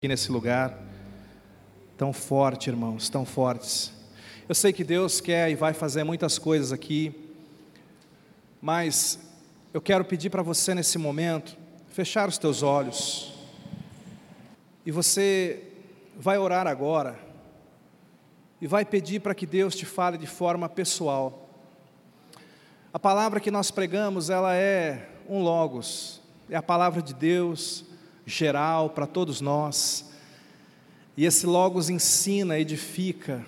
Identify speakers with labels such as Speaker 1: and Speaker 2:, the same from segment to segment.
Speaker 1: Aqui nesse lugar, tão forte, irmãos, tão fortes. Eu sei que Deus quer e vai fazer muitas coisas aqui, mas eu quero pedir para você nesse momento, fechar os teus olhos, e você vai orar agora, e vai pedir para que Deus te fale de forma pessoal. A palavra que nós pregamos, ela é um logos, é a palavra de Deus, geral para todos nós, e esse logos ensina, edifica,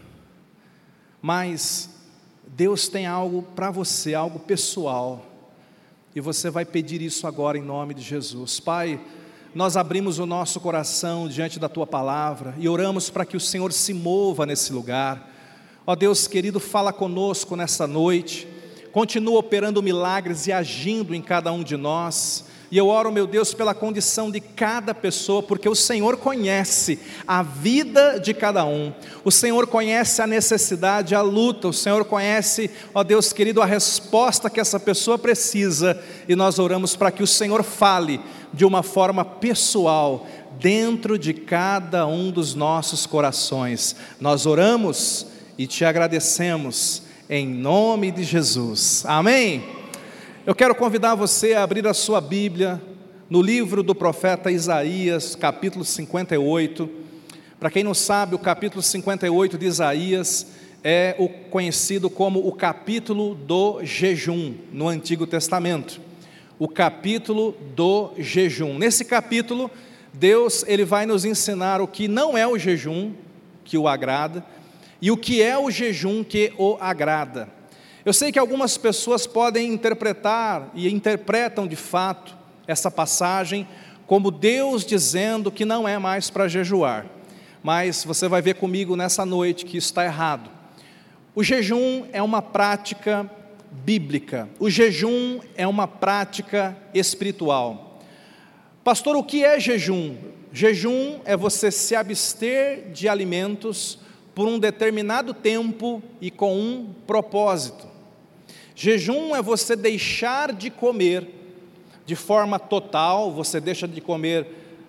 Speaker 1: mas Deus tem algo para você, algo pessoal, e você vai pedir isso agora em nome de Jesus. Pai, nós abrimos o nosso coração diante da Tua palavra, e oramos para que o Senhor se mova nesse lugar. Ó Deus querido, fala conosco nessa noite, continua operando milagres e agindo em cada um de nós. E eu oro, meu Deus, pela condição de cada pessoa, porque o Senhor conhece a vida de cada um, o Senhor conhece a necessidade, a luta, o Senhor conhece, ó Deus querido, a resposta que essa pessoa precisa, e nós oramos para que o Senhor fale de uma forma pessoal, dentro de cada um dos nossos corações. Nós oramos e te agradecemos, em nome de Jesus, amém? Eu quero convidar você a abrir a sua Bíblia no livro do profeta Isaías, capítulo 58. Para quem não sabe, o capítulo 58 de Isaías é o conhecido como o capítulo do jejum no Antigo Testamento. O capítulo do jejum. Nesse capítulo, Deus ele vai nos ensinar o que não é o jejum que o agrada e o que é o jejum que o agrada. Eu sei que algumas pessoas podem interpretar e interpretam de fato essa passagem como Deus dizendo que não é mais para jejuar, mas você vai ver comigo nessa noite que isso está errado. O jejum é uma prática bíblica, o jejum é uma prática espiritual. Pastor, o que é jejum? Jejum é você se abster de alimentos por um determinado tempo e com um propósito. Jejum é você deixar de comer de forma total, você deixa de comer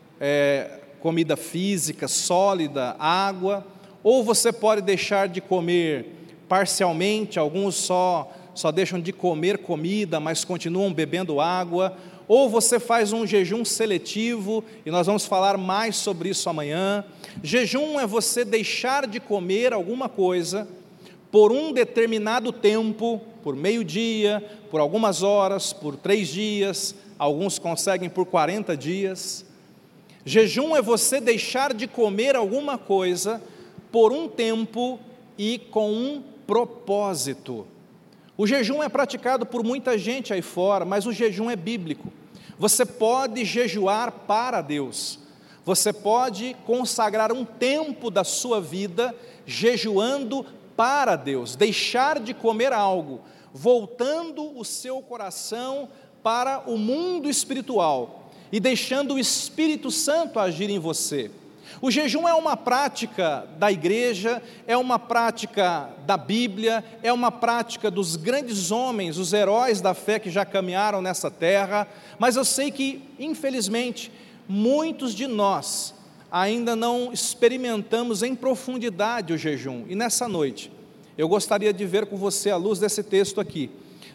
Speaker 1: comida física, sólida, água, ou você pode deixar de comer parcialmente, alguns só deixam de comer comida, mas continuam bebendo água, ou você faz um jejum seletivo, e nós vamos falar mais sobre isso amanhã. Jejum é você deixar de comer alguma coisa por um determinado tempo, por meio-dia, por algumas horas, por 3 dias, alguns conseguem por 40 dias. Jejum é você deixar de comer alguma coisa por um tempo e com um propósito. O jejum é praticado por muita gente aí fora, mas o jejum é bíblico. Você pode jejuar para Deus, você pode consagrar um tempo da sua vida jejuando para Deus, deixar de comer algo, voltando o seu coração para o mundo espiritual e deixando o Espírito Santo agir em você. O jejum é uma prática da igreja, é uma prática da Bíblia, é uma prática dos grandes homens, os heróis da fé que já caminharam nessa terra, mas eu sei que, infelizmente, muitos de nós ainda não experimentamos em profundidade o jejum. E nessa noite, eu gostaria de ver com você, à luz desse texto aqui,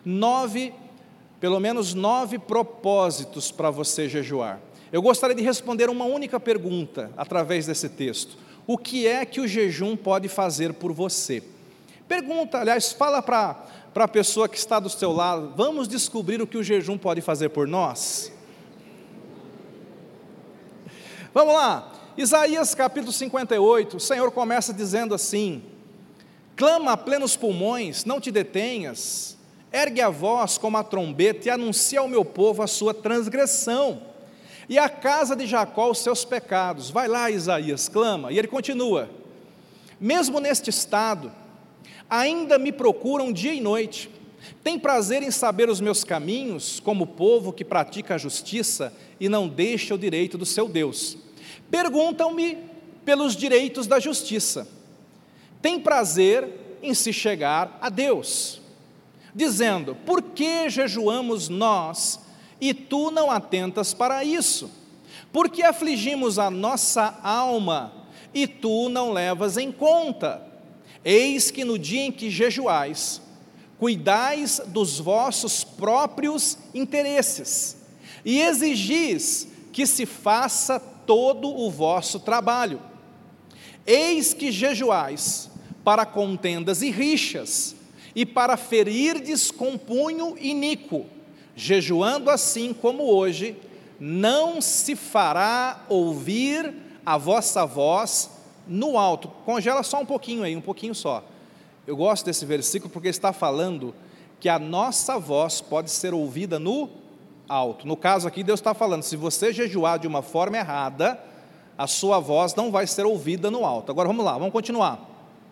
Speaker 1: pelo menos 9 propósitos para você jejuar. Eu gostaria de responder uma única pergunta através desse texto: o que é que o jejum pode fazer por você? Pergunta, aliás, fala para a pessoa que está do seu lado, vamos descobrir o que o jejum pode fazer por nós? Vamos lá, Isaías capítulo 58, o Senhor começa dizendo assim: clama a plenos pulmões, não te detenhas, ergue a voz como a trombeta e anuncia ao meu povo a sua transgressão, e à casa de Jacó os seus pecados. Vai lá, Isaías, clama, e ele continua: mesmo neste estado, ainda me procuram dia e noite, tem prazer em saber os meus caminhos, como o povo que pratica a justiça e não deixa o direito do seu Deus. Perguntam-me pelos direitos da justiça, tem prazer em se chegar a Deus, dizendo: por que jejuamos nós e tu não atentas para isso? Porque afligimos a nossa alma, e tu não levas em conta. Eis que no dia em que jejuais, cuidais dos vossos próprios interesses, e exigis que se faça todo o vosso trabalho. Eis que jejuais para contendas e rixas, e para ferirdes com punho iníquo, jejuando assim como hoje, não se fará ouvir a vossa voz no alto. Congela só um pouquinho aí, um pouquinho só. Eu gosto desse versículo porque está falando que a nossa voz pode ser ouvida no alto. No caso aqui, Deus está falando, se você jejuar de uma forma errada, a sua voz não vai ser ouvida no alto. Agora vamos lá, vamos continuar.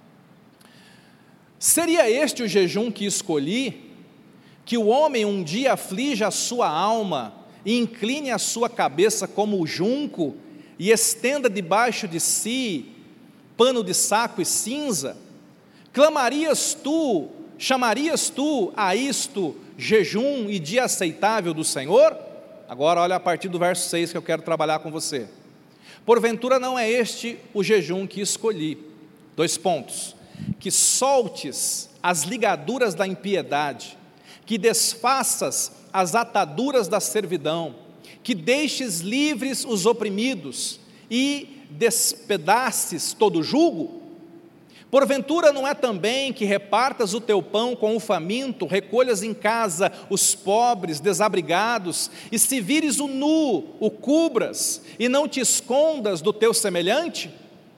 Speaker 1: Seria este o jejum que escolhi, que o homem um dia aflija a sua alma, e incline a sua cabeça como o junco, e estenda debaixo de si pano de saco e cinza? Chamarias tu a isto jejum e dia aceitável do Senhor? Agora olha a partir do verso 6 que eu quero trabalhar com você. Porventura não é este o jejum que escolhi, 2 pontos, que soltes as ligaduras da impiedade, que desfaças as ataduras da servidão, que deixes livres os oprimidos e despedaces todo jugo? Porventura não é também que repartas o teu pão com o faminto, recolhas em casa os pobres, desabrigados, e se vires o nu, o cubras, e não te escondas do teu semelhante?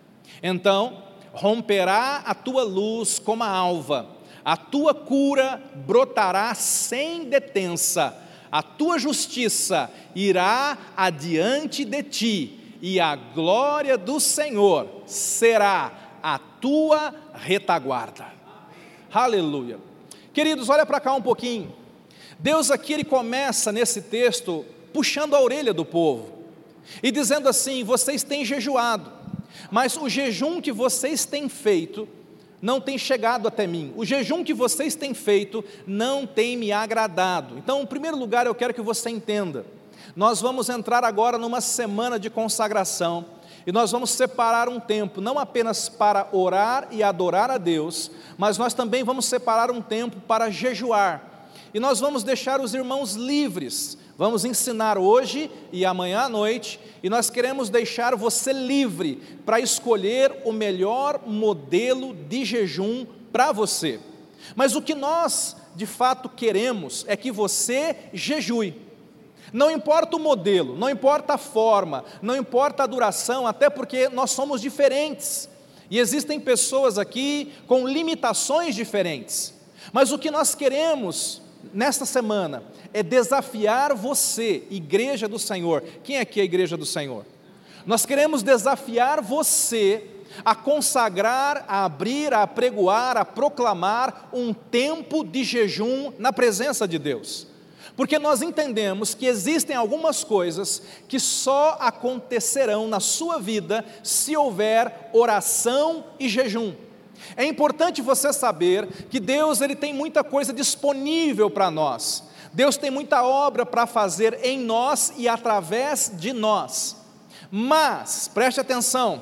Speaker 1: Então romperá a tua luz como a alva, a tua cura brotará sem detença, a tua justiça irá adiante de ti, e a glória do Senhor será a tua retaguarda. Aleluia. Queridos, olha para cá um pouquinho. Deus aqui, Ele começa nesse texto puxando a orelha do povo e dizendo assim: vocês têm jejuado, mas o jejum que vocês têm feito não tem chegado até mim, o jejum que vocês têm feito não tem me agradado. Então, em primeiro lugar, eu quero que você entenda, nós vamos entrar agora numa semana de consagração, e nós vamos separar um tempo, não apenas para orar e adorar a Deus, mas nós também vamos separar um tempo para jejuar, e nós vamos deixar os irmãos livres, vamos ensinar hoje e amanhã à noite, e nós queremos deixar você livre para escolher o melhor modelo de jejum para você. Mas o que nós de fato queremos é que você jejue. Não importa o modelo, não importa a forma, não importa a duração, até porque nós somos diferentes, e existem pessoas aqui com limitações diferentes, mas o que nós queremos nesta semana é desafiar você, igreja do Senhor. Quem é aqui a igreja do Senhor? Nós queremos desafiar você a consagrar, a abrir, a apregoar, a proclamar um tempo de jejum na presença de Deus, porque nós entendemos que existem algumas coisas que só acontecerão na sua vida se houver oração e jejum. É importante você saber que Deus, Ele tem muita coisa disponível para nós, Deus tem muita obra para fazer em nós e através de nós, mas, preste atenção,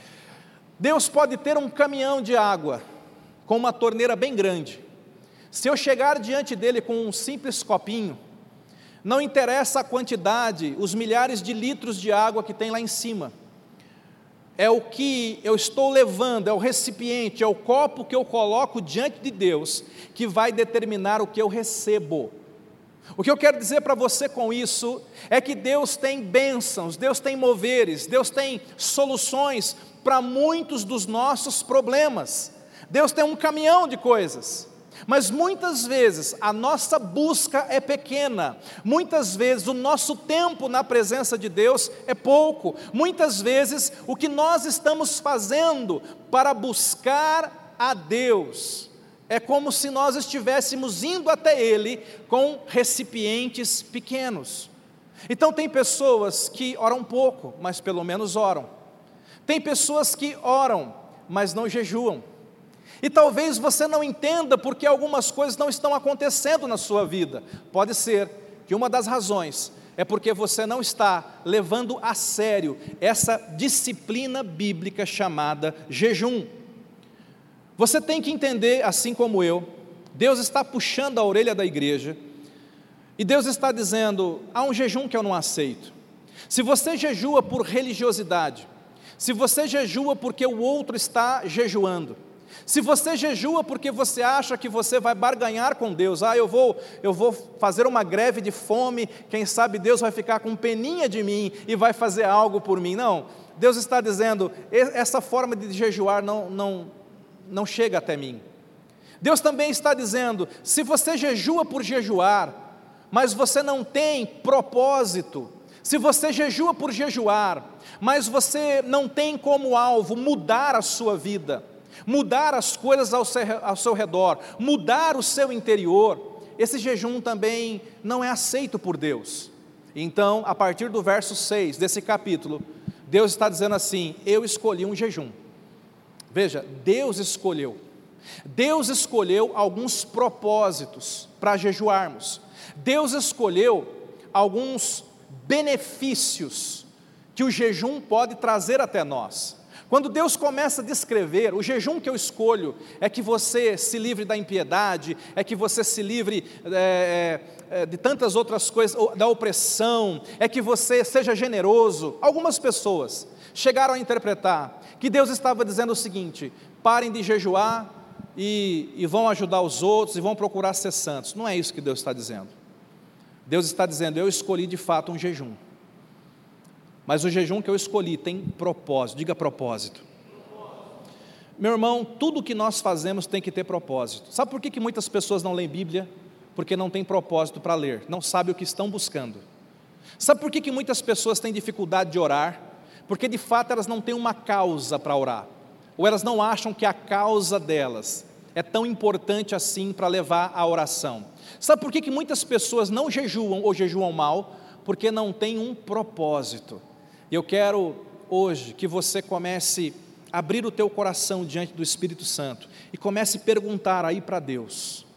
Speaker 1: Deus pode ter um caminhão de água com uma torneira bem grande. Se eu chegar diante dele com um simples copinho, não interessa a quantidade, os milhares de litros de água que tem lá em cima, é o que eu estou levando, é o recipiente, é o copo que eu coloco diante de Deus, que vai determinar o que eu recebo. O que eu quero dizer para você com isso, é que Deus tem bênçãos, Deus tem moveres, Deus tem soluções para muitos dos nossos problemas, Deus tem um caminhão de coisas, mas muitas vezes a nossa busca é pequena, muitas vezes o nosso tempo na presença de Deus é pouco, muitas vezes o que nós estamos fazendo para buscar a Deus é como se nós estivéssemos indo até Ele com recipientes pequenos. Então tem pessoas que oram pouco, mas pelo menos oram, tem pessoas que oram, mas não jejuam. E talvez você não entenda porque algumas coisas não estão acontecendo na sua vida. Pode ser que uma das razões é porque você não está levando a sério essa disciplina bíblica chamada jejum. Você tem que entender, assim como eu, Deus está puxando a orelha da igreja, e Deus está dizendo, há um jejum que eu não aceito. Se você jejua por religiosidade, se você jejua porque o outro está jejuando, se você jejua porque você acha que você vai barganhar com Deus, eu vou fazer uma greve de fome, quem sabe Deus vai ficar com peninha de mim e vai fazer algo por mim. Não, Deus está dizendo, essa forma de jejuar não chega até mim. Deus também está dizendo, se você jejua por jejuar, mas você não tem propósito, se você jejua por jejuar, mas você não tem como alvo mudar a sua vida, mudar as coisas ao seu redor, mudar o seu interior, esse jejum também não é aceito por Deus. Então, a partir do verso 6 desse capítulo, Deus está dizendo assim, eu escolhi um jejum. Veja, Deus escolheu alguns propósitos para jejuarmos, Deus escolheu alguns benefícios que o jejum pode trazer até nós. Quando Deus começa a descrever, o jejum que eu escolho é que você se livre da impiedade, é que você se livre de tantas outras coisas, da opressão, é que você seja generoso. Algumas pessoas chegaram a interpretar que Deus estava dizendo o seguinte, parem de jejuar e vão ajudar os outros e vão procurar ser santos. Não é isso que Deus está dizendo. Deus está dizendo, eu escolhi de fato um jejum. Mas o jejum que eu escolhi tem propósito, diga propósito. Meu irmão, tudo que nós fazemos tem que ter propósito. Sabe por que muitas pessoas não leem Bíblia? Porque não tem propósito para ler, não sabem o que estão buscando. Sabe por que muitas pessoas têm dificuldade de orar? Porque de fato elas não têm uma causa para orar, ou elas não acham que a causa delas é tão importante assim para levar à oração. Sabe por que muitas pessoas não jejuam ou jejuam mal? Porque não tem um propósito. Eu quero hoje que você comece a abrir o teu coração diante do Espírito Santo e comece a perguntar aí para Deus,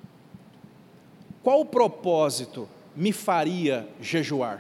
Speaker 1: qual propósito me faria jejuar?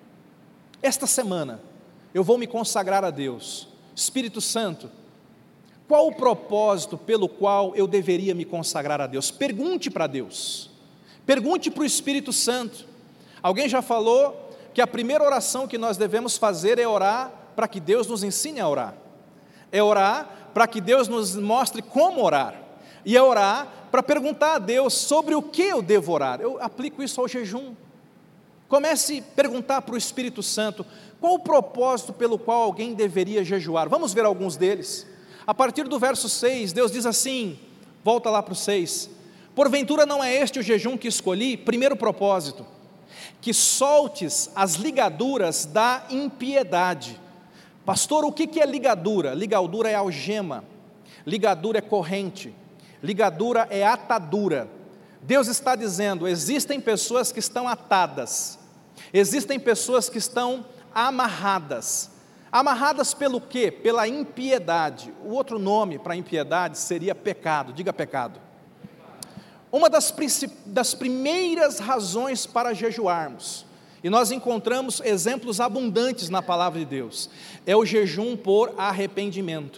Speaker 1: Esta semana eu vou me consagrar a Deus. Espírito Santo, qual o propósito pelo qual eu deveria me consagrar a Deus? Pergunte para Deus, pergunte para o Espírito Santo. Alguém já falou que a primeira oração que nós devemos fazer é orar para que Deus nos ensine a orar, é orar para que Deus nos mostre como orar, e é orar para perguntar a Deus sobre o que eu devo orar. Eu aplico isso ao jejum. Comece a perguntar para o Espírito Santo, qual o propósito pelo qual alguém deveria jejuar? Vamos ver alguns deles. A partir do verso 6, Deus diz assim, volta lá para o 6, porventura não é este o jejum que escolhi? Primeiro propósito, que soltes as ligaduras da impiedade. Pastor, o que é ligadura? Ligadura é algema, ligadura é corrente, ligadura é atadura. Deus está dizendo, existem pessoas que estão atadas, existem pessoas que estão amarradas. Amarradas pelo quê? Pela impiedade. O outro nome para impiedade seria pecado, diga pecado. Uma das primeiras razões para jejuarmos, e nós encontramos exemplos abundantes na palavra de Deus, é o jejum por arrependimento.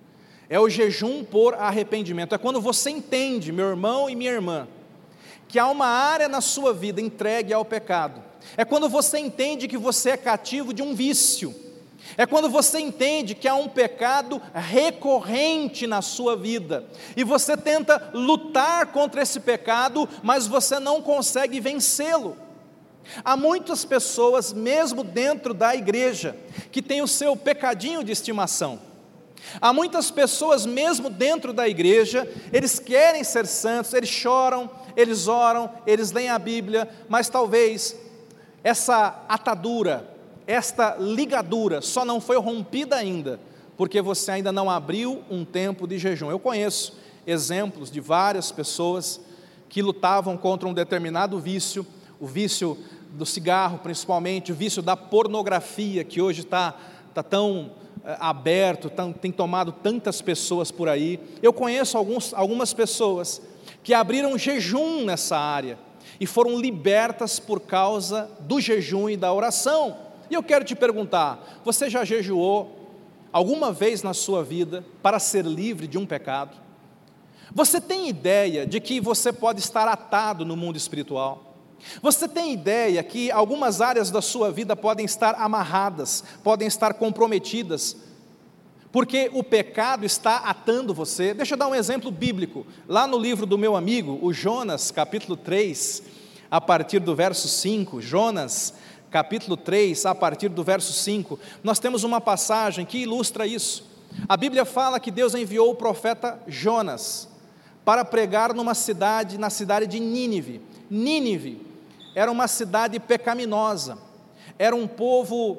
Speaker 1: É o jejum por arrependimento. É quando você entende, meu irmão e minha irmã, que há uma área na sua vida entregue ao pecado. É quando você entende que você é cativo de um vício. É quando você entende que há um pecado recorrente na sua vida, e você tenta lutar contra esse pecado, mas você não consegue vencê-lo. Há muitas pessoas, mesmo dentro da igreja, que têm o seu pecadinho de estimação. Há muitas pessoas, mesmo dentro da igreja, eles querem ser santos, eles choram, eles oram, eles leem a Bíblia, mas talvez essa atadura, esta ligadura só não foi rompida ainda, porque você ainda não abriu um tempo de jejum. Eu conheço exemplos de várias pessoas que lutavam contra um determinado vício, o vício do cigarro principalmente, o vício da pornografia, que hoje está tão aberto, tem tomado tantas pessoas por aí. Eu conheço algumas pessoas que abriram jejum nessa área, e foram libertas por causa do jejum e da oração. E eu quero te perguntar, você já jejuou alguma vez na sua vida para ser livre de um pecado? Você tem ideia de que você pode estar atado no mundo espiritual? Você tem ideia que algumas áreas da sua vida podem estar amarradas, podem estar comprometidas, porque o pecado está atando você? Deixa eu dar um exemplo bíblico. Lá no livro do meu amigo, o Jonas, capítulo 3, a partir do verso 5, Jonas, capítulo 3, a partir do verso 5, nós temos uma passagem que ilustra isso. A Bíblia fala que Deus enviou o profeta Jonas para pregar na cidade de Nínive. Nínive era uma cidade pecaminosa, era um povo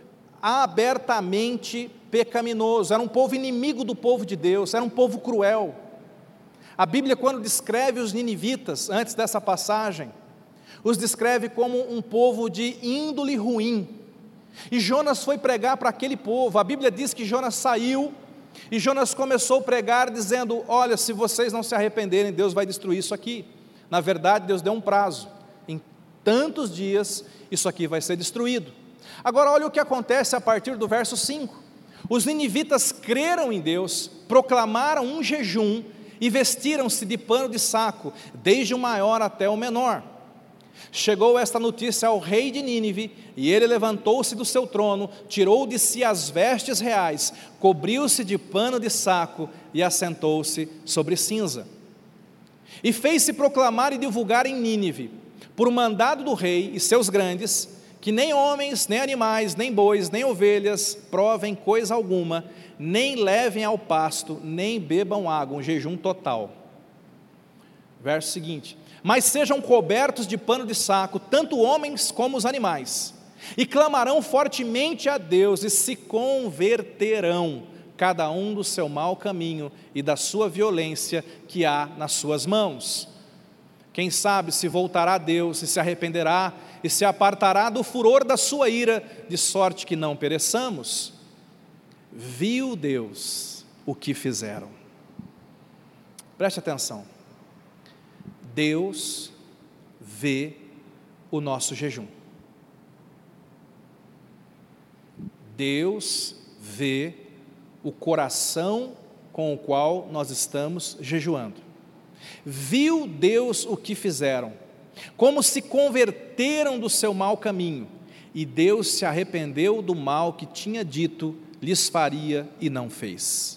Speaker 1: abertamente pecaminoso, era um povo inimigo do povo de Deus, era um povo cruel. A Bíblia, quando descreve os ninivitas, antes dessa passagem, os descreve como um povo de índole ruim, e Jonas foi pregar para aquele povo. A Bíblia diz que Jonas saiu, e Jonas começou a pregar dizendo: olha, se vocês não se arrependerem, Deus vai destruir isso aqui. Na verdade, Deus deu um prazo, em tantos dias, isso aqui vai ser destruído. Agora olha o que acontece a partir do verso 5, os ninivitas creram em Deus, proclamaram um jejum, e vestiram-se de pano de saco, desde o maior até o menor. Chegou esta notícia ao rei de Nínive, e ele levantou-se do seu trono, tirou de si as vestes reais, cobriu-se de pano de saco, e assentou-se sobre cinza. E fez-se proclamar e divulgar em Nínive, por mandado do rei e seus grandes, que nem homens, nem animais, nem bois, nem ovelhas provem coisa alguma, nem levem ao pasto, nem bebam água, um jejum total. Verso seguinte: mas sejam cobertos de pano de saco, tanto homens como os animais, e clamarão fortemente a Deus, e se converterão, cada um do seu mau caminho e da sua violência que há nas suas mãos. Quem sabe se voltará a Deus, e se arrependerá, e se apartará do furor da sua ira, de sorte que não pereçamos. Viu Deus o que fizeram. Preste atenção. Deus vê o nosso jejum. Deus vê o coração com o qual nós estamos jejuando. Viu Deus o que fizeram, como se converteram do seu mau caminho, e Deus se arrependeu do mal que tinha dito lhes faria e não fez.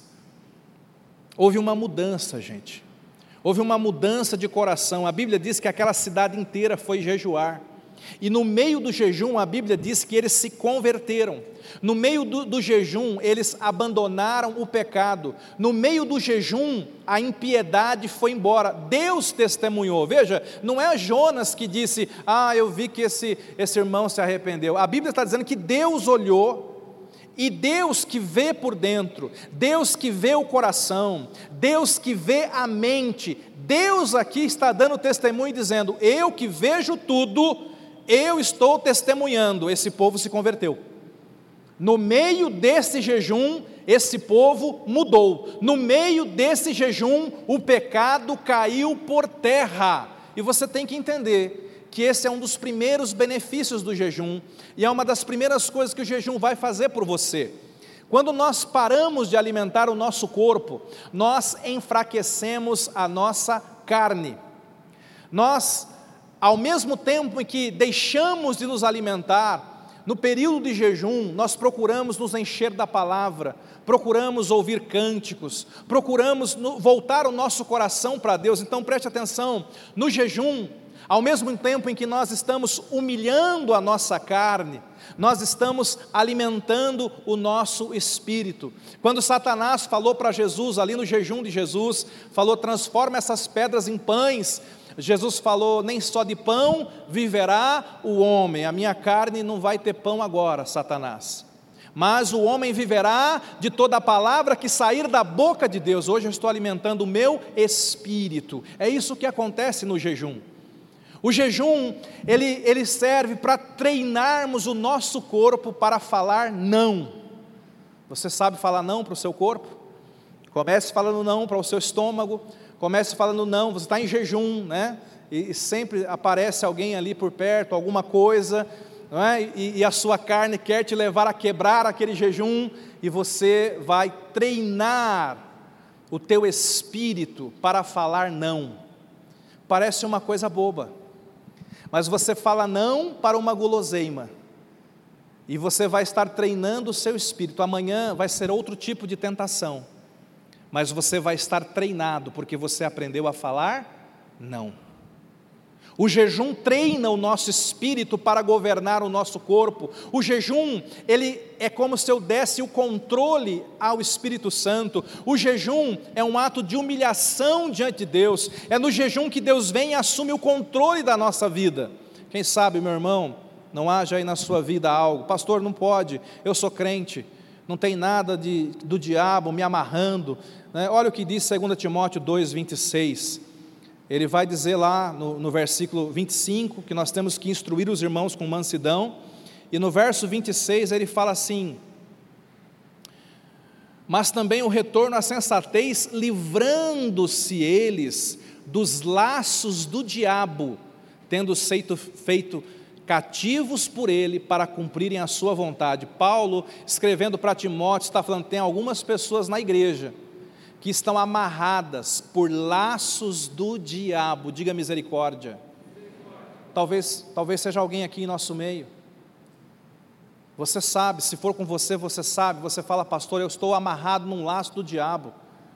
Speaker 1: Houve uma mudança, gente. Houve uma mudança de coração. A Bíblia diz que aquela cidade inteira foi jejuar, e no meio do jejum a Bíblia diz que eles se converteram. No meio do jejum eles abandonaram o pecado. No meio do jejum a impiedade foi embora. Deus testemunhou. Veja, não é Jonas que disse: eu vi que esse irmão se arrependeu. A Bíblia está dizendo que Deus olhou, e Deus que vê por dentro, Deus que vê o coração, Deus que vê a mente, Deus aqui está dando testemunho dizendo: eu que vejo tudo, eu estou testemunhando, esse povo se converteu. No meio desse jejum, esse povo mudou. No meio desse jejum, o pecado caiu por terra. E você tem que entender que esse é um dos primeiros benefícios do jejum, e é uma das primeiras coisas que o jejum vai fazer por você. Quando nós paramos de alimentar o nosso corpo, nós enfraquecemos a nossa carne. Nós, ao mesmo tempo em que deixamos de nos alimentar, no período de jejum, nós procuramos nos encher da palavra, procuramos ouvir cânticos, procuramos voltar o nosso coração para Deus. Então preste atenção, no jejum, ao mesmo tempo em que nós estamos humilhando a nossa carne, nós estamos alimentando o nosso espírito. Quando Satanás falou para Jesus, ali no jejum de Jesus, falou: transforma essas pedras em pães, Jesus falou: nem só de pão viverá o homem. A minha carne não vai ter pão agora, Satanás, mas o homem viverá de toda a palavra que sair da boca de Deus. Hoje eu estou alimentando o meu espírito. É isso que acontece no jejum. O jejum, ele serve para treinarmos o nosso corpo para falar não. Você sabe falar não para o seu corpo? Comece falando não para o seu estômago. Comece falando não, você está em jejum, né? E sempre aparece alguém ali por perto, alguma coisa, não é? E a sua carne quer te levar a quebrar aquele jejum, e você vai treinar o teu espírito para falar não. Parece uma coisa boba, mas você fala não para uma guloseima, e você vai estar treinando o seu espírito. Amanhã vai ser outro tipo de tentação, mas você vai estar treinado, porque você aprendeu a falar não. O jejum treina o nosso espírito para governar o nosso corpo. O jejum, ele é como se eu desse o controle ao Espírito Santo. O jejum é um ato de humilhação diante de Deus. É no jejum que Deus vem e assume o controle da nossa vida. Quem sabe, meu irmão, não haja aí na sua vida algo: pastor, não pode, eu sou crente, não tem nada do diabo me amarrando, né? Olha o que diz 2 Timóteo 2,26. Ele vai dizer lá no versículo 25, que nós temos que instruir os irmãos com mansidão, e no verso 26 ele fala assim: mas também o retorno à sensatez, livrando-se eles dos laços do diabo, tendo feito cativos por ele para cumprirem a sua vontade. Paulo, escrevendo para Timóteo, está falando: tem algumas pessoas na igreja que estão amarradas por laços do diabo. Diga misericórdia. Talvez seja alguém aqui em nosso meio. Você sabe, se for com você, você sabe. Você fala: pastor, eu estou amarrado num laço do diabo.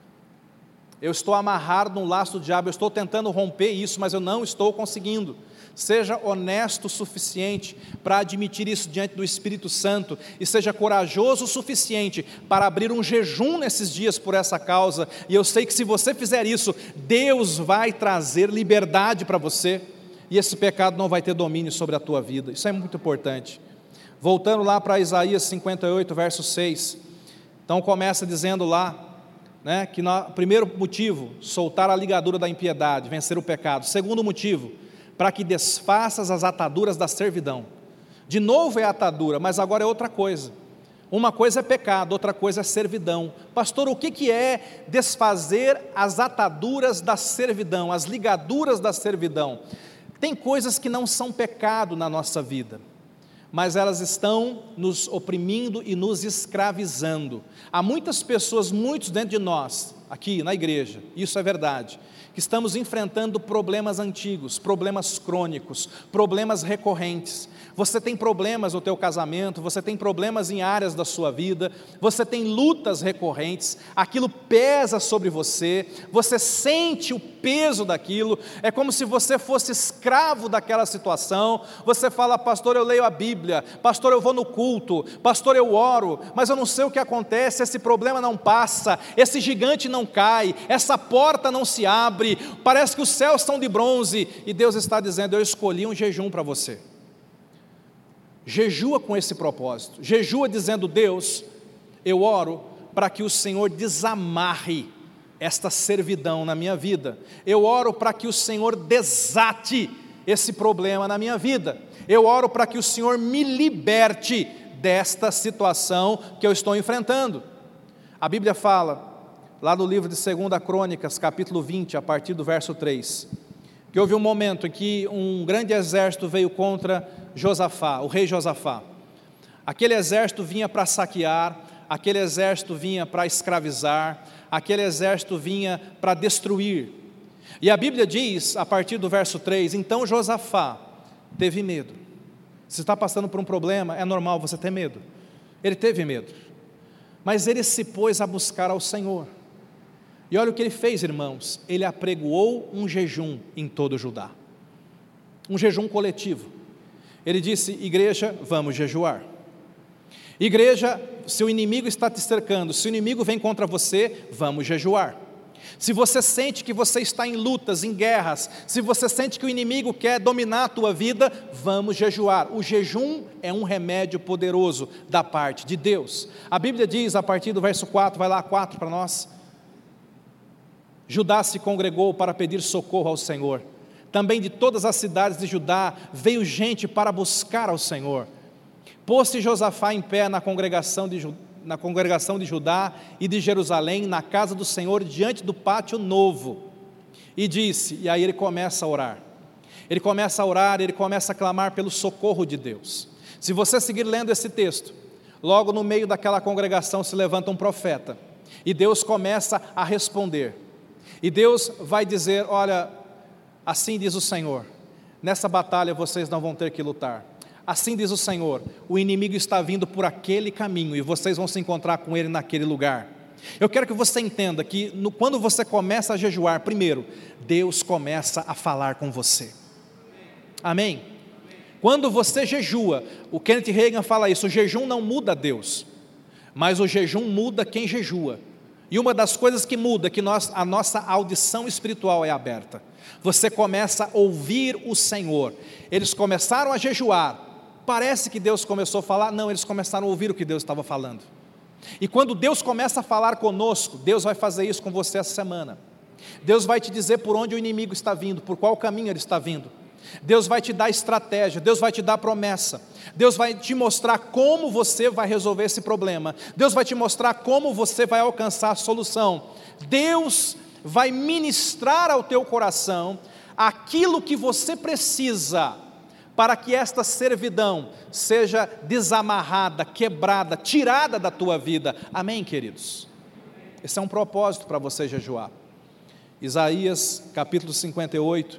Speaker 1: Eu estou amarrado num laço do diabo. Eu estou tentando romper isso, mas eu não estou conseguindo. Seja honesto o suficiente para admitir isso diante do Espírito Santo, e seja corajoso o suficiente para abrir um jejum nesses dias por essa causa. E eu sei que se você fizer isso, Deus vai trazer liberdade para você, e esse pecado não vai ter domínio sobre a tua vida. Isso é muito importante. Voltando lá para Isaías 58, verso 6, então começa dizendo lá, né, que primeiro motivo, soltar a ligadura da impiedade, vencer o pecado. Segundo motivo, para que desfaças as ataduras da servidão. De novo é atadura, mas agora é outra coisa. Uma coisa é pecado, outra coisa é servidão. Pastor, o que é desfazer as ataduras da servidão, as ligaduras da servidão? Tem coisas que não são pecado na nossa vida, mas elas estão nos oprimindo e nos escravizando. Há muitas pessoas, muitos dentro de nós, aqui na igreja, isso é verdade, que estamos enfrentando problemas antigos, problemas crônicos, problemas recorrentes. Você tem problemas no teu casamento, você tem problemas em áreas da sua vida, você tem lutas recorrentes, aquilo pesa sobre você sente o peso daquilo, é como se você fosse escravo daquela situação. Você fala: pastor, eu leio a Bíblia, pastor, eu vou no culto, pastor, eu oro, mas eu não sei o que acontece, esse problema não passa, esse gigante não cai, essa porta não se abre, parece que os céus são de bronze, e Deus está dizendo: eu escolhi um jejum para você. Jejua com esse propósito, jejua dizendo: Deus, eu oro para que o Senhor desamarre esta servidão na minha vida, eu oro para que o Senhor desate esse problema na minha vida, eu oro para que o Senhor me liberte desta situação que eu estou enfrentando. A Bíblia fala, lá no livro de 2 Crônicas, capítulo 20, a partir do verso 3, que houve um momento em que um grande exército veio contra Josafá, o rei Josafá. Aquele exército vinha para saquear, aquele exército vinha para escravizar, aquele exército vinha para destruir. E a Bíblia diz, a partir do verso 3, então Josafá teve medo. Se está passando por um problema, é normal você ter medo. Ele teve medo, mas ele se pôs a buscar ao Senhor. E olha o que ele fez, irmãos, ele apregoou um jejum em todo Judá, um jejum coletivo. Ele disse: igreja, vamos jejuar. Igreja, se o inimigo está te cercando, se o inimigo vem contra você, vamos jejuar. Se você sente que você está em lutas, em guerras, se você sente que o inimigo quer dominar a tua vida, vamos jejuar. O jejum é um remédio poderoso da parte de Deus. A Bíblia diz, a partir do verso 4, vai lá 4 para nós: Judá se congregou para pedir socorro ao Senhor. Também de todas as cidades de Judá veio gente para buscar ao Senhor. Pôs-se Josafá em pé na congregação de Judá e de Jerusalém, na casa do Senhor, diante do pátio novo, e disse, e aí ele começa a orar: ele começa a orar, ele começa a clamar pelo socorro de Deus. Se você seguir lendo esse texto, logo no meio daquela congregação se levanta um profeta, e Deus começa a responder, e Deus vai dizer: olha, assim diz o Senhor, nessa batalha vocês não vão ter que lutar. Assim diz o Senhor, o inimigo está vindo por aquele caminho, e vocês vão se encontrar com ele naquele lugar. Eu quero que você entenda que quando você começa a jejuar, primeiro, Deus começa a falar com você. Amém? Quando você jejua, o Kenneth Hagin fala isso, o jejum não muda Deus, mas o jejum muda quem jejua. E uma das coisas que muda é que a nossa audição espiritual é aberta. Você começa a ouvir o Senhor. Eles começaram a jejuar, parece que Deus começou a falar, não, eles começaram a ouvir o que Deus estava falando. E quando Deus começa a falar conosco, Deus vai fazer isso com você essa semana. Deus vai te dizer por onde o inimigo está vindo, por qual caminho ele está vindo. Deus vai te dar estratégia, Deus vai te dar promessa, Deus vai te mostrar como você vai resolver esse problema, Deus vai te mostrar como você vai alcançar a solução. Deus vai ministrar ao teu coração aquilo que você precisa para que esta servidão seja desamarrada, quebrada, tirada da tua vida. Amém, queridos? Esse é um propósito para você jejuar. Isaías capítulo 58,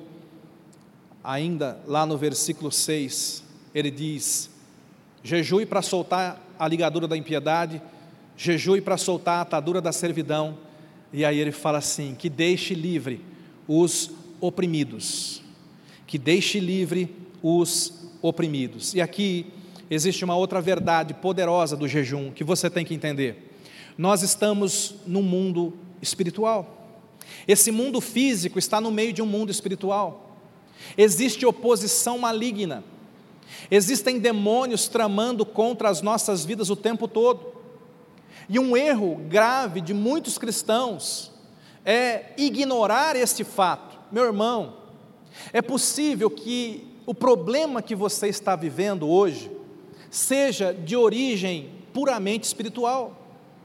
Speaker 1: ainda lá no versículo 6, ele diz: jejue para soltar a ligadura da impiedade, jejue para soltar a atadura da servidão. E aí ele fala assim, que deixe livre os oprimidos, que deixe livre os oprimidos. E aqui existe uma outra verdade poderosa do jejum, que você tem que entender. Nós estamos num mundo espiritual, esse mundo físico está no meio de um mundo espiritual, existe oposição maligna, existem demônios tramando contra as nossas vidas o tempo todo, e um erro grave de muitos cristãos é ignorar este fato. Meu irmão, é possível que o problema que você está vivendo hoje seja de origem puramente espiritual.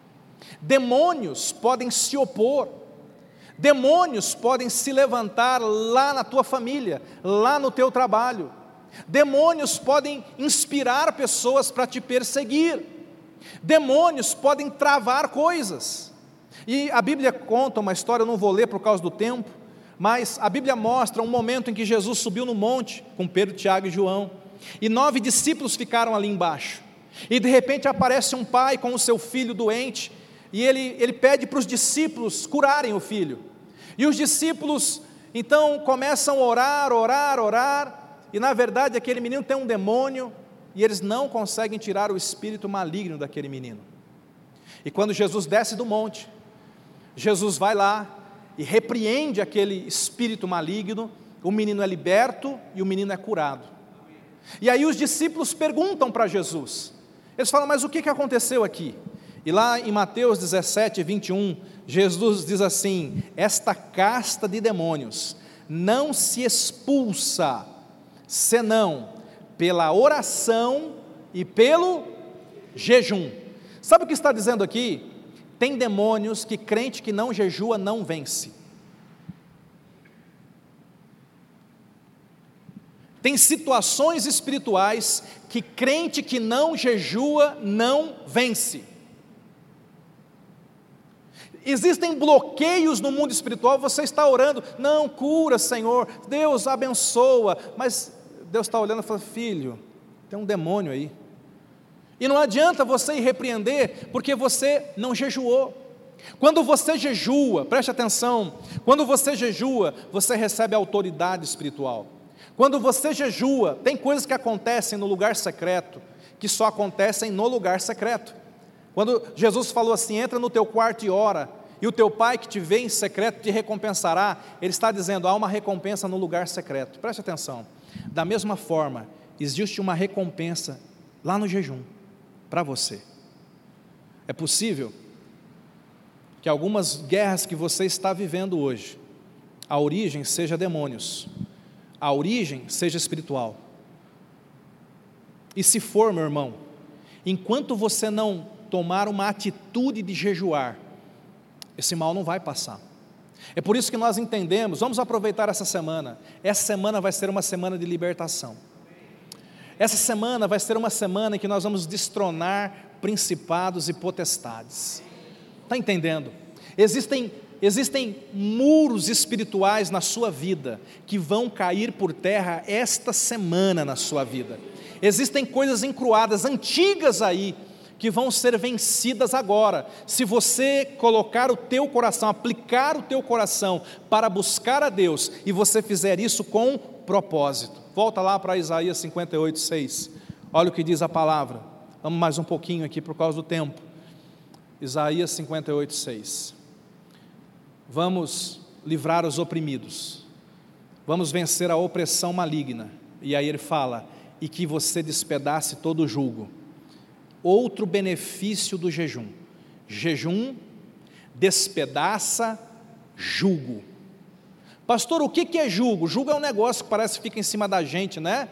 Speaker 1: Demônios podem se opor, demônios podem se levantar lá na tua família, lá no teu trabalho, demônios podem inspirar pessoas para te perseguir, demônios podem travar coisas. E a Bíblia conta uma história, eu não vou ler por causa do tempo, mas a Bíblia mostra um momento em que Jesus subiu no monte com Pedro, Tiago e João, e 9 discípulos ficaram ali embaixo, e de repente aparece um pai com o seu filho doente, e ele pede para os discípulos curarem o filho, e os discípulos então começam a orar, e na verdade aquele menino tem um demônio, e eles não conseguem tirar o espírito maligno daquele menino. E quando Jesus desce do monte, Jesus vai lá e repreende aquele espírito maligno, o menino é liberto e o menino é curado. E aí os discípulos perguntam para Jesus, eles falam, mas o que aconteceu aqui? E lá em Mateus 17, 21, Jesus diz assim, esta casta de demônios não se expulsa, senão pela oração e pelo jejum. Sabe o que está dizendo aqui? Tem demônios que crente que não jejua não vence. Tem situações espirituais que crente que não jejua não vence. Existem bloqueios no mundo espiritual, você está orando, não, cura Senhor, Deus abençoa, mas Deus está olhando e fala, filho, tem um demônio aí. E não adianta você ir repreender, porque você não jejuou. Quando você jejua, preste atenção, quando você jejua, você recebe autoridade espiritual. Quando você jejua, tem coisas que acontecem no lugar secreto, que só acontecem no lugar secreto. Quando Jesus falou assim, entra no teu quarto e ora, e o teu pai que te vê em secreto te recompensará, ele está dizendo, há uma recompensa no lugar secreto. Preste atenção, da mesma forma, existe uma recompensa lá no jejum, para você. É possível que algumas guerras que você está vivendo hoje, a origem seja demônios, a origem seja espiritual. E se for, meu irmão, enquanto você não tomar uma atitude de jejuar, esse mal não vai passar. É por isso que nós entendemos, vamos aproveitar essa semana vai ser uma semana de libertação. Essa semana vai ser uma semana em que nós vamos destronar principados e potestades. Está entendendo? Existem muros espirituais na sua vida que vão cair por terra esta semana na sua vida. Existem coisas encruadas, antigas aí, que vão ser vencidas agora. Se você colocar o teu coração, aplicar o teu coração para buscar a Deus, e você fizer isso com propósito. Volta lá para Isaías 58:6. Olha o que diz a palavra. Vamos mais um pouquinho aqui por causa do tempo. Isaías 58:6. Vamos livrar os oprimidos. Vamos vencer a opressão maligna. E aí ele fala, e que você despedace todo o jugo. Outro benefício do jejum. Jejum despedaça jugo. Pastor, o que é jugo? Jugo é um negócio que parece que fica em cima da gente, né?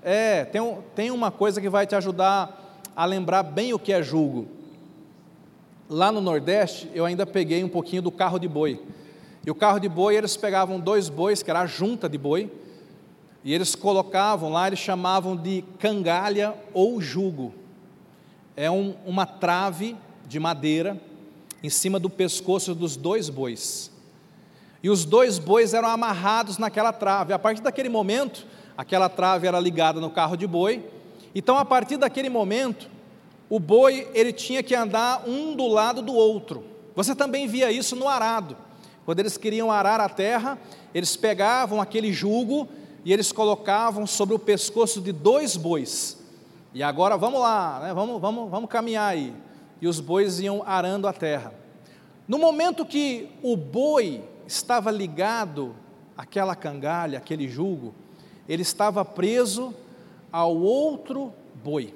Speaker 1: Tem uma coisa que vai te ajudar a lembrar bem o que é jugo. Lá no Nordeste, eu ainda peguei um pouquinho do carro de boi. E o carro de boi, eles pegavam 2 bois, que era a junta de boi, e eles colocavam lá, eles chamavam de cangalha ou jugo. É uma trave de madeira em cima do pescoço dos 2 bois. E os 2 bois eram amarrados naquela trave. A partir daquele momento, aquela trave era ligada no carro de boi. Então, a partir daquele momento, o boi ele tinha que andar um do lado do outro. Você também via isso no arado. Quando eles queriam arar a terra, eles pegavam aquele jugo e eles colocavam sobre o pescoço de 2 bois. E agora vamos lá, né? vamos caminhar aí. E os bois iam arando a terra. No momento que o boi estava ligado àquela cangalha, aquele jugo, ele estava preso ao outro boi.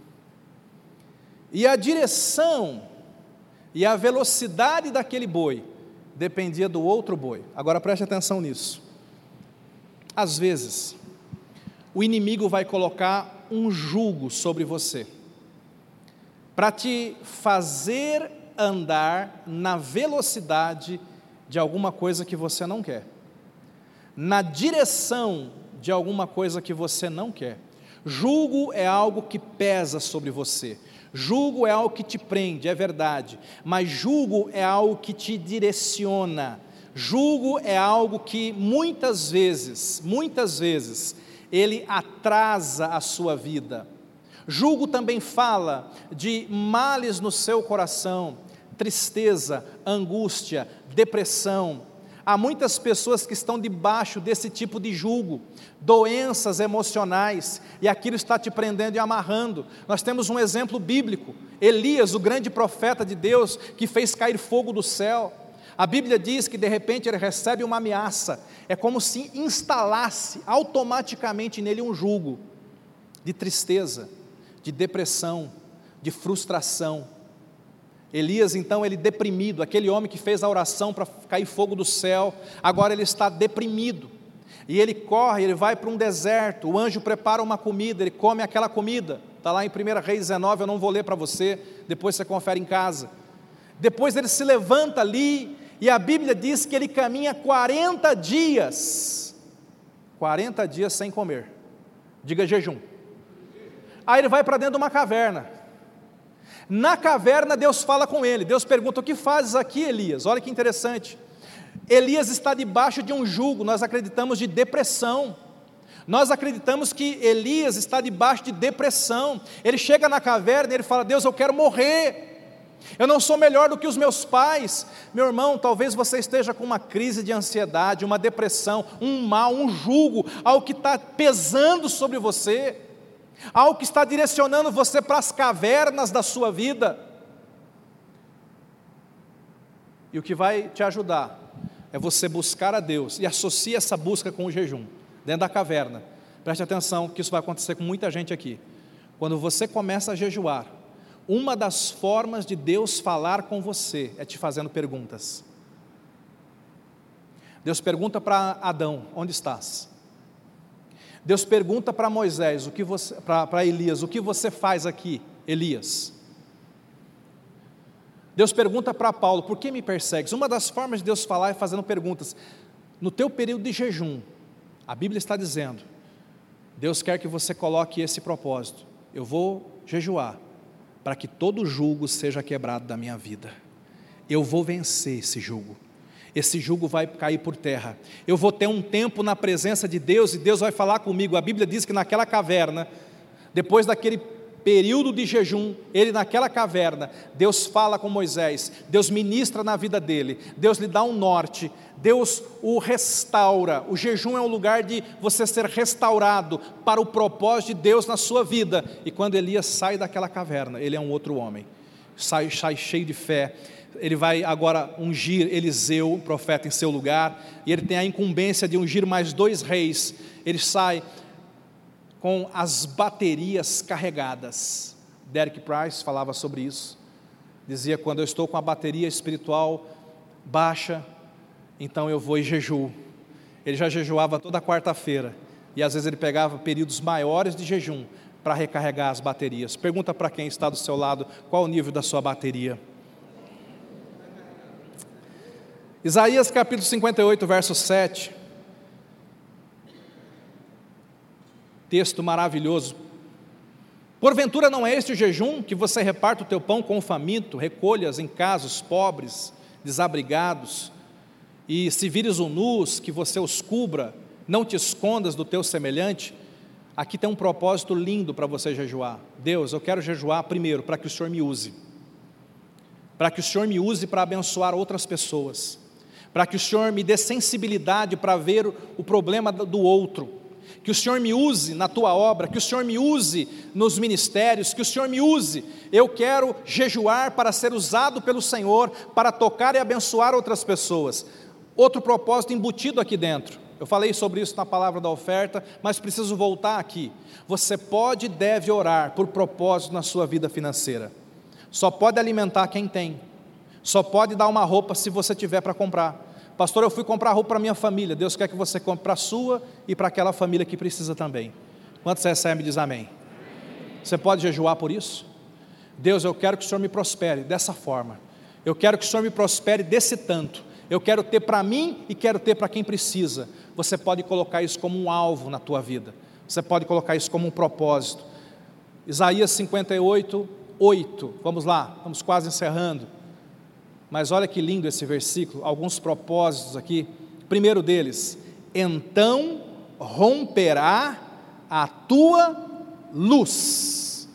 Speaker 1: E a direção e a velocidade daquele boi dependia do outro boi. Agora preste atenção nisso. Às vezes, o inimigo vai colocar um jugo sobre você, para te fazer andar na velocidade de alguma coisa que você não quer, na direção de alguma coisa que você não quer. Jugo é algo que pesa sobre você, jugo é algo que te prende, é verdade, mas jugo é algo que te direciona, jugo é algo que muitas vezes, ele atrasa a sua vida. Jugo também fala de males no seu coração, tristeza, angústia, depressão. Há muitas pessoas que estão debaixo desse tipo de jugo, doenças emocionais, e aquilo está te prendendo e amarrando. Nós temos um exemplo bíblico, Elias, o grande profeta de Deus, que fez cair fogo do céu. A Bíblia diz que de repente ele recebe uma ameaça, é como se instalasse automaticamente nele um jugo de tristeza, de depressão, de frustração. Elias então, ele deprimido, aquele homem que fez a oração para cair fogo do céu, agora ele está deprimido, e ele corre, ele vai para um deserto, o anjo prepara uma comida, ele come aquela comida, está lá em 1 Reis 19, eu não vou ler para você, depois você confere em casa. Depois ele se levanta ali, e a Bíblia diz que ele caminha 40 dias sem comer, diga jejum. Aí ele vai para dentro de uma caverna. Na caverna Deus fala com ele, Deus pergunta, o que fazes aqui, Elias? Olha que interessante, Elias está debaixo de um jugo, nós acreditamos de depressão, nós acreditamos que Elias está debaixo de depressão, ele chega na caverna e ele fala, Deus, eu quero morrer, eu não sou melhor do que os meus pais. Meu irmão, talvez você esteja com uma crise de ansiedade, uma depressão, um mal, um jugo, algo que está pesando sobre você, algo que está direcionando você para as cavernas da sua vida. E o que vai te ajudar é você buscar a Deus, e associa essa busca com o jejum, dentro da caverna. Preste atenção que isso vai acontecer com muita gente aqui. Quando você começa a jejuar, uma das formas de Deus falar com você é te fazendo perguntas. Deus pergunta para Adão, onde estás? Deus pergunta para Moisés, para Elias, o que você faz aqui, Elias? Deus pergunta para Paulo: por que me persegues? Uma das formas de Deus falar é fazendo perguntas. No teu período de jejum, a Bíblia está dizendo, Deus quer que você coloque esse propósito: eu vou jejuar para que todo jugo seja quebrado da minha vida. Eu vou vencer esse jugo vai cair por terra. Eu vou ter um tempo na presença de Deus, e Deus vai falar comigo. A Bíblia diz que naquela caverna, depois daquele período de jejum, ele naquela caverna, Deus fala com Moisés, Deus ministra na vida dele, Deus lhe dá um norte, Deus o restaura. O jejum é um lugar de você ser restaurado para o propósito de Deus na sua vida. E quando Elias sai daquela caverna, ele é um outro homem, sai cheio de fé. Ele vai agora ungir Eliseu, profeta, em seu lugar, e ele tem a incumbência de ungir mais 2 reis. Ele sai com as baterias carregadas. Derek Price falava sobre isso, dizia: quando eu estou com a bateria espiritual baixa, então eu vou e jejuo. Ele já jejuava toda quarta-feira, e às vezes ele pegava períodos maiores de jejum para recarregar as baterias. Pergunta para quem está do seu lado, qual o nível da sua bateria? Isaías capítulo 58, verso 7, texto maravilhoso. Porventura não é este o jejum, que você reparta o teu pão com o faminto, recolhas em casa os pobres, desabrigados, e se vires o nus, que você os cubra, não te escondas do teu semelhante? Aqui tem um propósito lindo para você jejuar. Deus, eu quero jejuar primeiro para que o Senhor me use, para que o Senhor me use para abençoar outras pessoas, para que o Senhor me dê sensibilidade para ver o problema do outro, que o Senhor me use na tua obra, que o Senhor me use nos ministérios, que o Senhor me use. Eu quero jejuar para ser usado pelo Senhor, para tocar e abençoar outras pessoas. Outro propósito embutido aqui dentro, eu falei sobre isso na palavra da oferta, mas preciso voltar aqui. Você pode e deve orar por propósito na sua vida financeira. Só pode alimentar quem tem, só pode dar uma roupa se você tiver para comprar. Pastor, eu fui comprar roupa para a minha família. Deus quer que você compre para a sua e para aquela família que precisa também. Quantos recebem, diz amém? Você pode jejuar por isso? Deus, eu quero que o Senhor me prospere dessa forma. Eu quero que o Senhor me prospere desse tanto. Eu quero ter para mim e quero ter para quem precisa. Você pode colocar isso como um alvo na tua vida. Você pode colocar isso como um propósito. Isaías 58, 8. Vamos lá, estamos quase encerrando. Mas olha que lindo esse versículo, alguns propósitos aqui. Primeiro deles: então romperá a tua luz.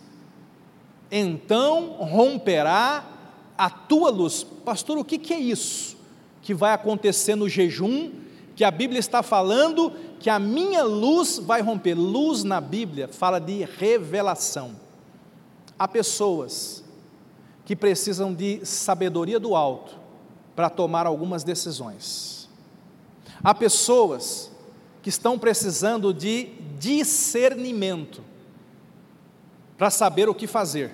Speaker 1: Então romperá a tua luz. Pastor, o que é isso que vai acontecer no jejum, que a Bíblia está falando que a minha luz vai romper? Luz na Bíblia fala de revelação. Há pessoas que precisam de sabedoria do alto para tomar algumas decisões. Há pessoas que estão precisando de discernimento para saber o que fazer.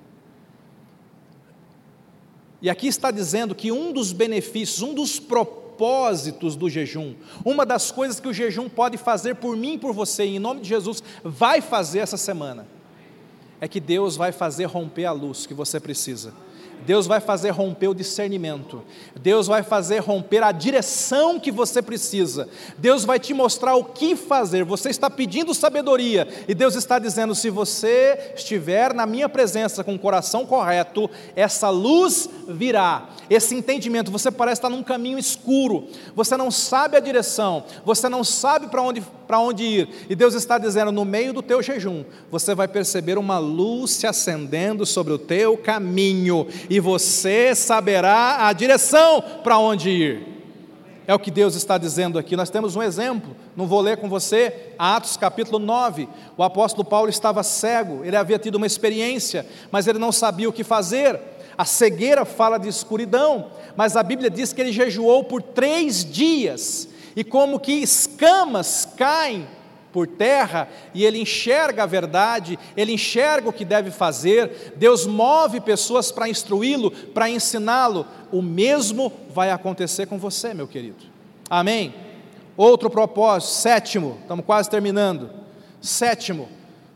Speaker 1: E aqui está dizendo que um dos benefícios, um dos propósitos do jejum, uma das coisas que o jejum pode fazer por mim e por você, e em nome de Jesus vai fazer essa semana, é que Deus vai fazer romper a luz que você precisa. Deus vai fazer romper o discernimento. Deus vai fazer romper a direção que você precisa. Deus vai te mostrar o que fazer. Você está pedindo sabedoria e Deus está dizendo: se você estiver na minha presença com o coração correto, essa luz virá. Esse entendimento, você parece estar num caminho escuro, você não sabe a direção, você não sabe para onde ir, e Deus está dizendo: no meio do teu jejum, você vai perceber uma luz se acendendo sobre o teu caminho, e você saberá a direção para onde ir. É o que Deus está dizendo aqui. Nós temos um exemplo, não vou ler com você, Atos capítulo 9, o apóstolo Paulo estava cego, ele havia tido uma experiência, mas ele não sabia o que fazer. A cegueira fala de escuridão, mas a Bíblia diz que ele jejuou por 3 dias, e como que escamas caem por terra, e ele enxerga a verdade, ele enxerga o que deve fazer. Deus move pessoas para instruí-lo, para ensiná-lo. O mesmo vai acontecer com você, meu querido. Amém? Outro propósito, 7º, estamos quase terminando. 7º,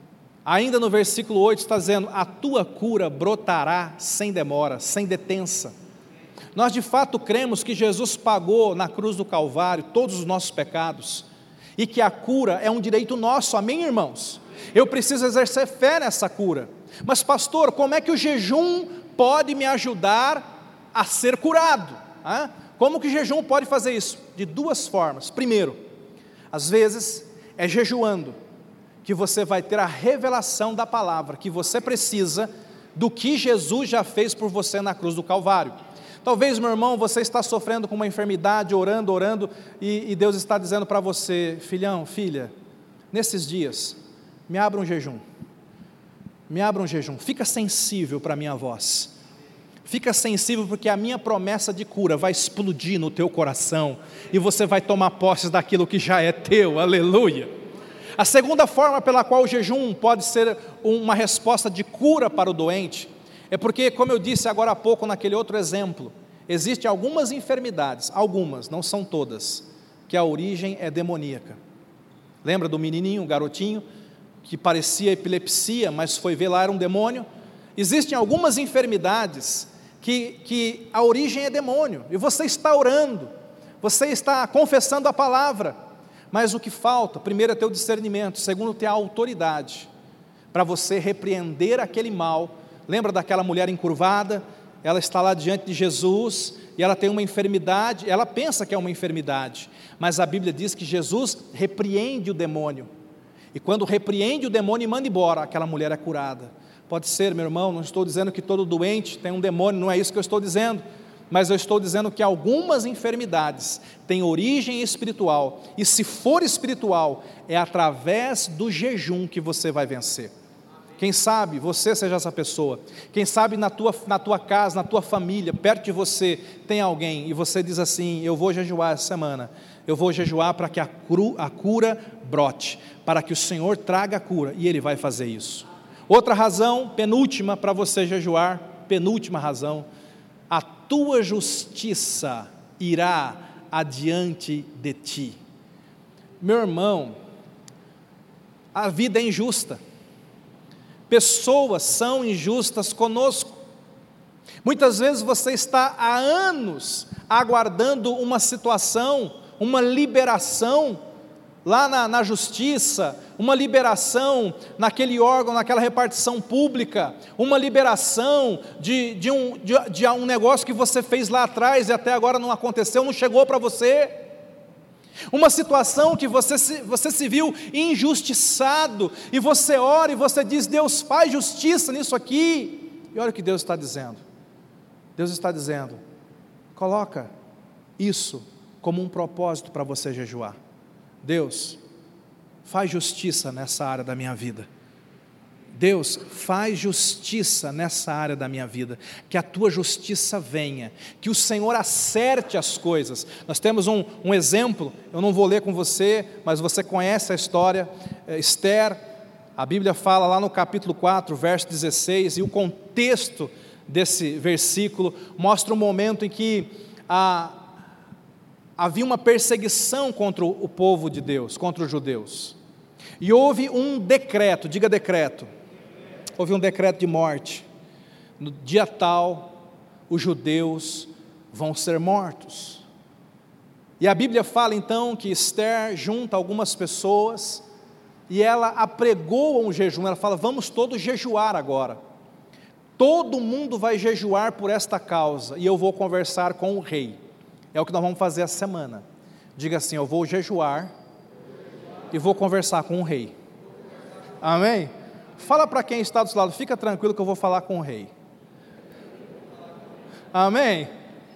Speaker 1: Ainda no versículo 8 está dizendo: a tua cura brotará sem demora, sem detença. Nós de fato cremos que Jesus pagou na cruz do Calvário todos os nossos pecados, e que a cura é um direito nosso, amém, irmãos? Eu preciso exercer fé nessa cura. Mas pastor, como é que o jejum pode me ajudar a ser curado? Como que o jejum pode fazer isso? De duas formas. Primeiro, às vezes é jejuando que você vai ter a revelação da palavra que você precisa do que Jesus já fez por você na cruz do Calvário. Talvez, meu irmão, você está sofrendo com uma enfermidade, orando, e Deus está dizendo para você: filhão, filha, nesses dias, me abra um jejum, fica sensível para a minha voz, fica sensível, porque a minha promessa de cura vai explodir no teu coração, e você vai tomar posse daquilo que já é teu, aleluia. A segunda forma pela qual o jejum pode ser uma resposta de cura para o doente, é porque, como eu disse agora há pouco naquele outro exemplo, existem algumas enfermidades, algumas, não são todas, que a origem é demoníaca. Lembra do menininho, o garotinho, que parecia epilepsia, mas foi ver lá, era um demônio? Existem algumas enfermidades que a origem é demônio, e você está orando, você está confessando a palavra, mas o que falta, primeiro é ter o discernimento, segundo ter a autoridade, para você repreender aquele mal. Lembra daquela mulher encurvada? Ela está lá diante de Jesus, e ela tem uma enfermidade, ela pensa que é uma enfermidade, mas a Bíblia diz que Jesus repreende o demônio, e quando repreende o demônio e manda embora, aquela mulher é curada. Pode ser, meu irmão, não estou dizendo que todo doente tem um demônio, não é isso que eu estou dizendo, mas eu estou dizendo que algumas enfermidades têm origem espiritual, e se for espiritual, é através do jejum que você vai vencer. Quem sabe você seja essa pessoa, quem sabe na tua casa, na tua família, perto de você, tem alguém, e você diz assim: eu vou jejuar essa semana, eu vou jejuar para que a cura brote, para que o Senhor traga a cura, e Ele vai fazer isso. Outra razão, penúltima para você jejuar, penúltima razão: a tua justiça irá adiante de ti. Meu irmão, a vida é injusta, pessoas são injustas conosco. Muitas vezes você está há anos aguardando uma situação, uma liberação lá na justiça, uma liberação naquele órgão, naquela repartição pública, uma liberação de um negócio que você fez lá atrás e até agora não aconteceu, não chegou para você, uma situação que você se viu injustiçado, e você ora e você diz: Deus, faz justiça nisso aqui, e olha o que Deus está dizendo. Deus está dizendo: coloca isso como um propósito para você jejuar. Deus, faz justiça nessa área da minha vida. Deus, faz justiça nessa área da minha vida, que a tua justiça venha, que o Senhor acerte as coisas. Nós temos um exemplo, eu não vou ler com você, mas você conhece a história, Esther. A Bíblia fala lá no capítulo 4, verso 16, e o contexto desse versículo mostra um momento em que havia uma perseguição contra o povo de Deus, contra os judeus, e houve um decreto, diga decreto, houve um decreto de morte. No dia tal, os judeus vão ser mortos. E a Bíblia fala então que Esther junta algumas pessoas, e ela apregoa um jejum. Ela fala: vamos todos jejuar agora, todo mundo vai jejuar por esta causa, e eu vou conversar com o rei. É o que nós vamos fazer essa semana. Diga assim: eu vou jejuar e vou conversar com o rei. Amém? Fala para quem está do seu lado: fica tranquilo que eu vou falar com o rei. Amém?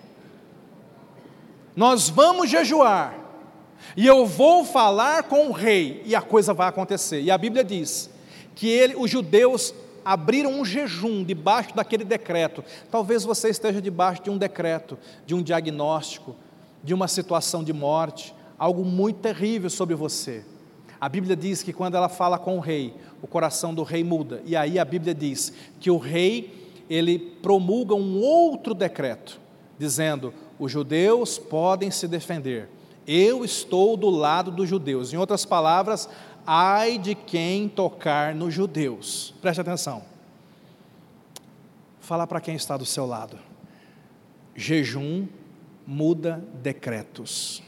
Speaker 1: Nós vamos jejuar, e eu vou falar com o rei, e a coisa vai acontecer. E a Bíblia diz que os judeus abriram um jejum debaixo daquele decreto. Talvez você esteja debaixo de um decreto, de um diagnóstico, de uma situação de morte, algo muito terrível sobre você. A Bíblia diz que quando ela fala com o rei, o coração do rei muda, e aí a Bíblia diz que o rei, ele promulga um outro decreto, dizendo: os judeus podem se defender, eu estou do lado dos judeus. Em outras palavras, ai de quem tocar nos judeus. Preste atenção. Fala para quem está do seu lado. Jejum muda decretos.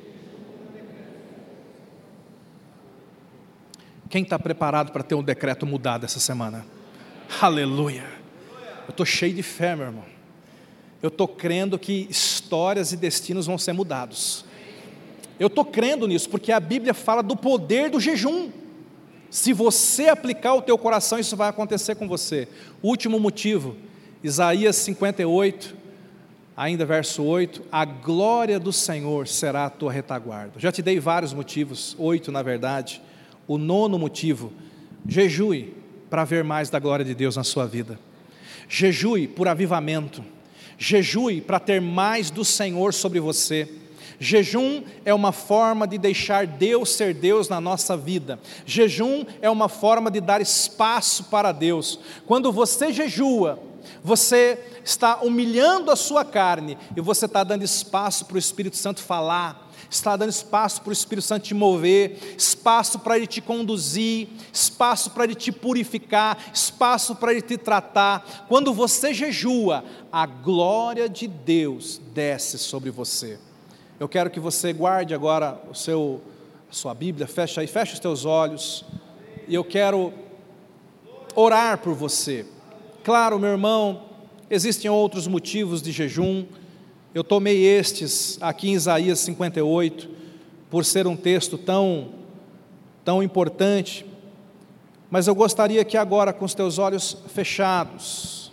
Speaker 1: Quem está preparado para ter um decreto mudado essa semana? Aleluia! Eu estou cheio de fé, meu irmão. Eu estou crendo que histórias e destinos vão ser mudados. Eu estou crendo nisso, porque a Bíblia fala do poder do jejum. Se você aplicar o teu coração, isso vai acontecer com você. Último motivo, Isaías 58, ainda verso 8, a glória do Senhor será a tua retaguarda. Já te dei vários motivos, 8 na verdade. O 9º motivo, jejue para ver mais da glória de Deus na sua vida. Jejue por avivamento. Jejue para ter mais do Senhor sobre você. Jejum é uma forma de deixar Deus ser Deus na nossa vida. Jejum é uma forma de dar espaço para Deus. Quando você jejua, você está humilhando a sua carne e você está dando espaço para o Espírito Santo falar. Está dando espaço para o Espírito Santo te mover, espaço para Ele te conduzir, espaço para Ele te purificar, espaço para Ele te tratar. Quando você jejua, a glória de Deus desce sobre você. Eu quero que você guarde agora a sua Bíblia, fecha os teus olhos, e eu quero orar por você. Claro, meu irmão, existem outros motivos de jejum. Eu tomei estes aqui em Isaías 58, por ser um texto tão importante, mas eu gostaria que agora, com os teus olhos fechados,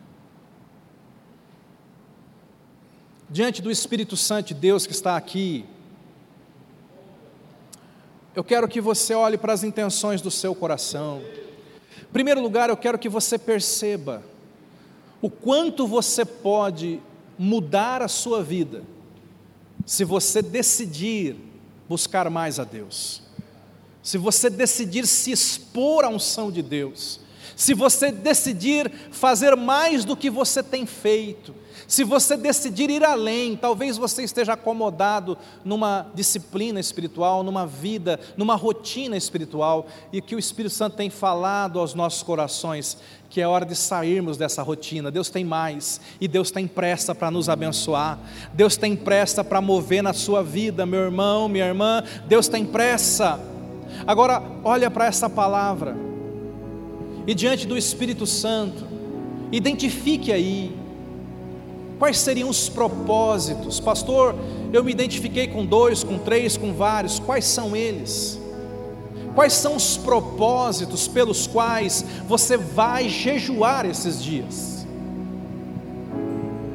Speaker 1: diante do Espírito Santo de Deus que está aqui, eu quero que você olhe para as intenções do seu coração. Em primeiro lugar, eu quero que você perceba o quanto você pode mudar a sua vida, se você decidir buscar mais a Deus, se você decidir se expor à unção de Deus, se você decidir fazer mais do que você tem feito, se você decidir ir além. Talvez você esteja acomodado numa disciplina espiritual, numa vida, numa rotina espiritual, e que o Espírito Santo tem falado aos nossos corações, que é hora de sairmos dessa rotina. Deus tem mais, e Deus tem pressa para nos abençoar. Deus tem pressa para mover na sua vida, meu irmão, minha irmã. Deus tem pressa. Agora, olha para essa palavra, e diante do Espírito Santo, identifique aí, quais seriam os propósitos? Pastor, eu me identifiquei com 2, com 3, com vários. Quais são eles? Quais são os propósitos pelos quais você vai jejuar esses dias?